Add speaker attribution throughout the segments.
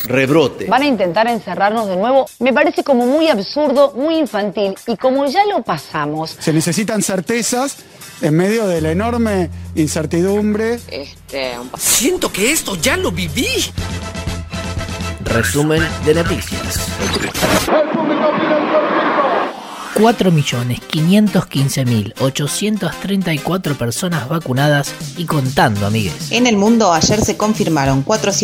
Speaker 1: rebrote.
Speaker 2: Van a intentar encerrarnos de nuevo. Me parece como muy absurdo, muy infantil. Y como ya lo pasamos.
Speaker 3: Se necesitan certezas en medio de la enorme incertidumbre.
Speaker 1: Siento que esto ya lo viví.
Speaker 4: Resumen de noticias. 4.515.834 personas vacunadas y contando, amigues.
Speaker 5: En el mundo ayer se confirmaron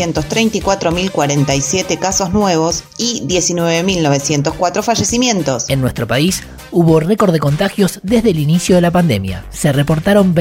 Speaker 5: 434.047 casos nuevos y 19.904 fallecimientos.
Speaker 4: En nuestro país hubo récord de contagios desde el inicio de la pandemia. Se reportaron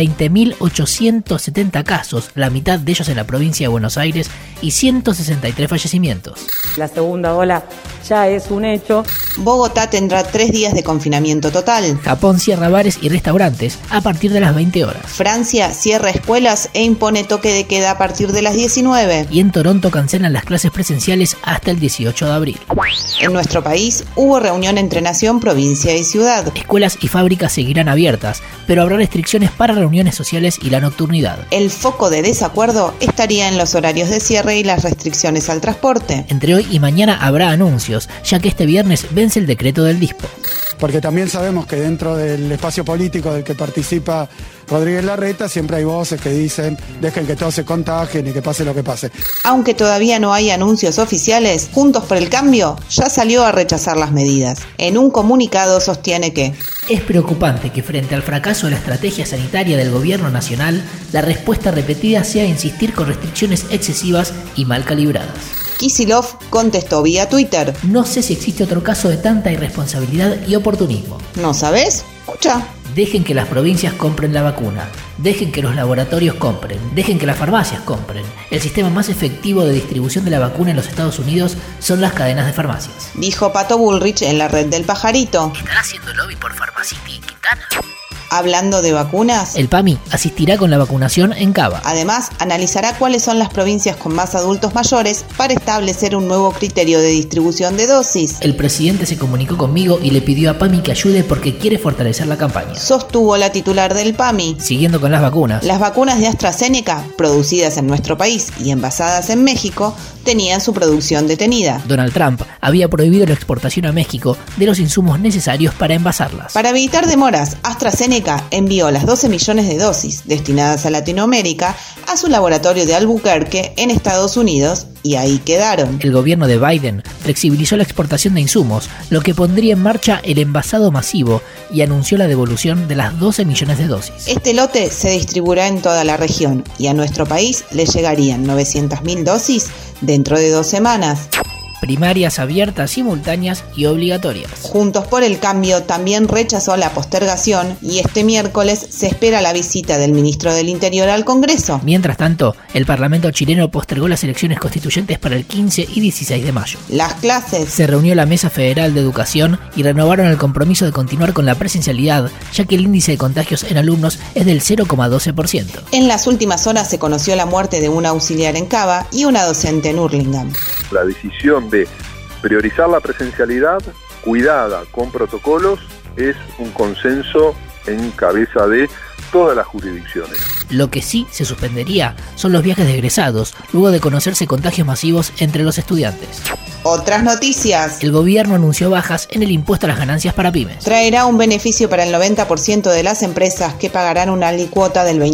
Speaker 4: 20.870 casos, la mitad de ellos en la provincia de Buenos Aires, y 163 fallecimientos.
Speaker 6: La segunda ola ya es un hecho.
Speaker 5: Bogotá tendrá 3 días de confinamiento total.
Speaker 4: Japón cierra bares y restaurantes a partir de las 20 horas.
Speaker 5: Francia cierra escuelas e impone toque de queda a partir de las 19.
Speaker 4: Y en Toronto cancelan las clases presenciales hasta el 18 de abril.
Speaker 5: En nuestro país hubo reunión entre nación, provincia y ciudad.
Speaker 4: Escuelas y fábricas seguirán abiertas, pero habrá restricciones para reuniones sociales y la nocturnidad.
Speaker 5: El foco de desacuerdo estaría en los horarios de cierre y las restricciones al transporte.
Speaker 4: Entre hoy y mañana habrá anuncios, ya que este viernes vence el decreto del DISPO.
Speaker 3: Porque también sabemos que dentro del espacio político del que participa Rodríguez Larreta siempre hay voces que dicen dejen que todos se contagien y que pase lo que pase.
Speaker 5: Aunque todavía no hay anuncios oficiales, Juntos por el Cambio ya salió a rechazar las medidas. En un comunicado sostiene que
Speaker 4: es preocupante que frente al fracaso de la estrategia sanitaria del gobierno nacional, la respuesta repetida sea insistir con restricciones excesivas y mal calibradas.
Speaker 5: Kicillof contestó vía Twitter:
Speaker 4: no sé si existe otro caso de tanta irresponsabilidad y oportunismo.
Speaker 5: ¿No sabes? Escucha.
Speaker 4: Dejen que las provincias compren la vacuna, dejen que los laboratorios compren, dejen que las farmacias compren. El sistema más efectivo de distribución de la vacuna en los Estados Unidos son las cadenas de farmacias.
Speaker 5: Dijo Pato Bullrich en la red del Pajarito.
Speaker 4: ¿Estará haciendo lobby por Farmacity y Quintana?
Speaker 5: Hablando de vacunas,
Speaker 4: el PAMI asistirá con la vacunación en Cava.
Speaker 5: Además, analizará cuáles son las provincias con más adultos mayores para establecer un nuevo criterio de distribución de dosis.
Speaker 4: El presidente se comunicó conmigo y le pidió a PAMI que ayude porque quiere fortalecer la campaña.
Speaker 5: Sostuvo la titular del PAMI.
Speaker 4: Siguiendo con las vacunas.
Speaker 5: Las vacunas de AstraZeneca, producidas en nuestro país y envasadas en México, tenían su producción detenida.
Speaker 4: Donald Trump había prohibido la exportación a México de los insumos necesarios para envasarlas.
Speaker 5: Para evitar demoras, AstraZeneca envió las 12 millones de dosis destinadas a Latinoamérica a su laboratorio de Albuquerque en Estados Unidos y ahí quedaron.
Speaker 4: El gobierno de Biden flexibilizó la exportación de insumos, lo que pondría en marcha el envasado masivo y anunció la devolución de las 12 millones de dosis.
Speaker 5: Este lote se distribuirá en toda la región y a nuestro país le llegarían 900.000 dosis dentro de 2 semanas.
Speaker 4: Primarias abiertas, simultáneas y obligatorias.
Speaker 5: Juntos por el Cambio también rechazó la postergación y este miércoles se espera la visita del ministro del Interior al Congreso.
Speaker 4: Mientras tanto, el Parlamento chileno postergó las elecciones constituyentes para el 15 y 16 de mayo.
Speaker 5: Las clases.
Speaker 4: Se reunió la Mesa Federal de Educación y renovaron el compromiso de continuar con la presencialidad, ya que el índice de contagios en alumnos es del 0,12%.
Speaker 5: En las últimas horas se conoció la muerte de una auxiliar en Cava y una docente en Hurlingham.
Speaker 7: La decisión de priorizar la presencialidad cuidada con protocolos es un consenso en cabeza de todas las jurisdicciones.
Speaker 4: Lo que sí se suspendería son los viajes de egresados, luego de conocerse contagios masivos entre los estudiantes.
Speaker 5: Otras noticias.
Speaker 4: El gobierno anunció bajas en el impuesto a las ganancias para pymes.
Speaker 5: Traerá un beneficio para el 90% de las empresas que pagarán una alicuota del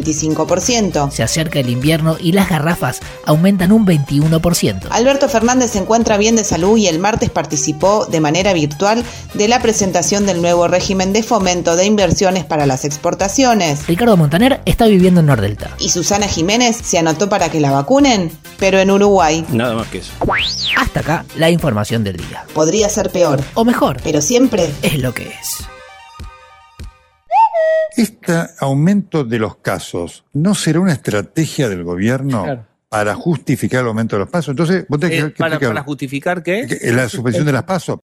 Speaker 5: 25%.
Speaker 4: Se acerca el invierno y las garrafas aumentan un 21%.
Speaker 5: Alberto Fernández se encuentra bien de salud y el martes participó de manera virtual de la presentación del nuevo régimen de fomento de inversiones para las exportaciones.
Speaker 4: Ricardo Montaner está viviendo en Nordelta.
Speaker 5: Y Susana Jiménez se anotó para que la vacunen, pero en Uruguay.
Speaker 1: Nada más que eso.
Speaker 4: Hasta acá la información del día.
Speaker 5: Podría ser peor.
Speaker 4: O mejor.
Speaker 5: Pero siempre
Speaker 4: es lo que es.
Speaker 8: Este aumento de los casos, ¿no será una estrategia del gobierno? Claro. Para justificar el aumento de los PASO? Entonces, vos tenés
Speaker 1: ¿Para justificar qué?
Speaker 8: La suspensión de las PASO.